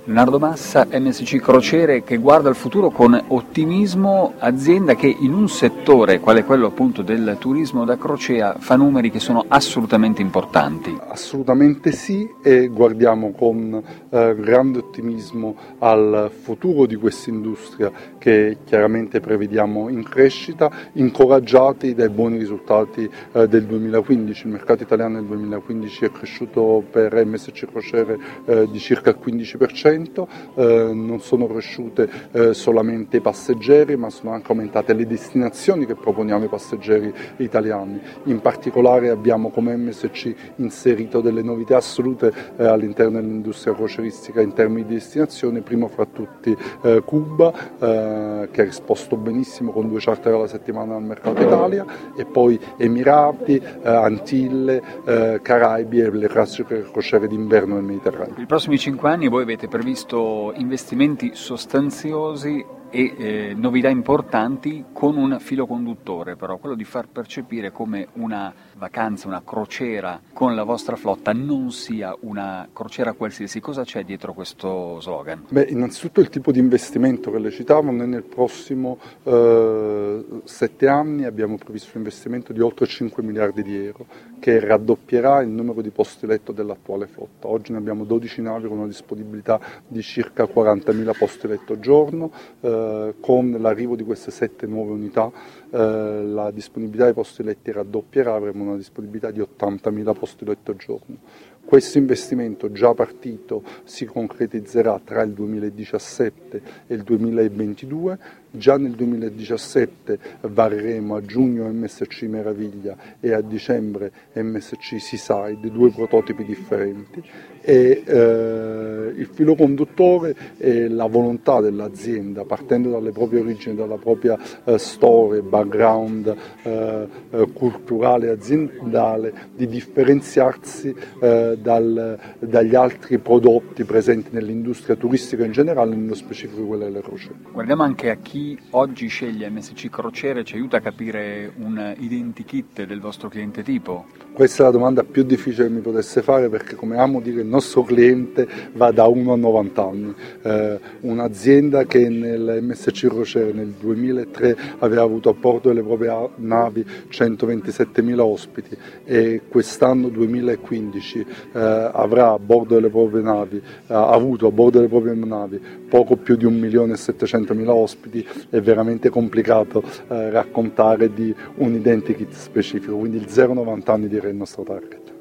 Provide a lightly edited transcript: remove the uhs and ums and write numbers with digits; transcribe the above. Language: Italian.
Leonardo Massa, MSC Crociere, che guarda al futuro con ottimismo, azienda che in un settore, quale quello appunto del turismo da crociera, fa numeri che sono assolutamente importanti. Assolutamente sì, e guardiamo con grande ottimismo al futuro di questa industria che chiaramente prevediamo in crescita, incoraggiati dai buoni risultati del 2015. Il mercato italiano nel 2015 è cresciuto per MSC Crociere di circa il 15%. Non sono cresciute solamente i passeggeri, ma sono anche aumentate le destinazioni che proponiamo ai passeggeri italiani. In particolare abbiamo come MSC inserito delle novità assolute all'interno dell'industria croceristica in termini di destinazione, primo fra tutti Cuba, che ha risposto benissimo con 2 charter alla settimana al mercato Italia, e poi Emirati, Antille, Caraibi e le classiche crociere d'inverno nel Mediterraneo. Per i prossimi 5 anni voi avete previsto investimenti sostanziosi e novità importanti, con un filo conduttore però, quello di far percepire come una vacanza, una crociera con la vostra flotta non sia una crociera qualsiasi. Cosa c'è dietro questo slogan? Innanzitutto il tipo di investimento che le citavo. Noi nel prossimo 7 anni abbiamo previsto un investimento di oltre 5 miliardi di euro che raddoppierà il numero di posti letto dell'attuale flotta. Oggi ne abbiamo 12 navi con una disponibilità di circa 40.000 posti letto giorno. Con l'arrivo di queste 7 nuove unità la disponibilità dei posti letti raddoppierà, avremo una disponibilità di 80.000 posti letto giorno. Questo investimento già partito si concretizzerà tra il 2017 e il 2022. Già nel 2017 varremo a giugno MSC Meraviglia e a dicembre MSC Seaside, 2 prototipi differenti, e il filo conduttore è la volontà dell'azienda, partendo dalle proprie origini, dalla propria storia, background culturale e aziendale, di differenziarsi dagli altri prodotti presenti nell'industria turistica in generale, nello specifico quella delle crociere. Guardiamo anche a chi oggi sceglie MSC Crociere, ci aiuta a capire un identikit del vostro cliente tipo? Questa è la domanda più difficile che mi potesse fare, perché, come amo dire, il nostro cliente va da 1 a 90 anni. Un'azienda che nel MSC Crociere nel 2003 aveva avuto a bordo delle proprie navi 127.000 ospiti e quest'anno 2015 avrà a bordo delle proprie navi, ha avuto a bordo delle proprie navi poco più di 1.700.000 ospiti, è veramente complicato raccontare di un identikit specifico, quindi il 0-90 anni direi il nostro target.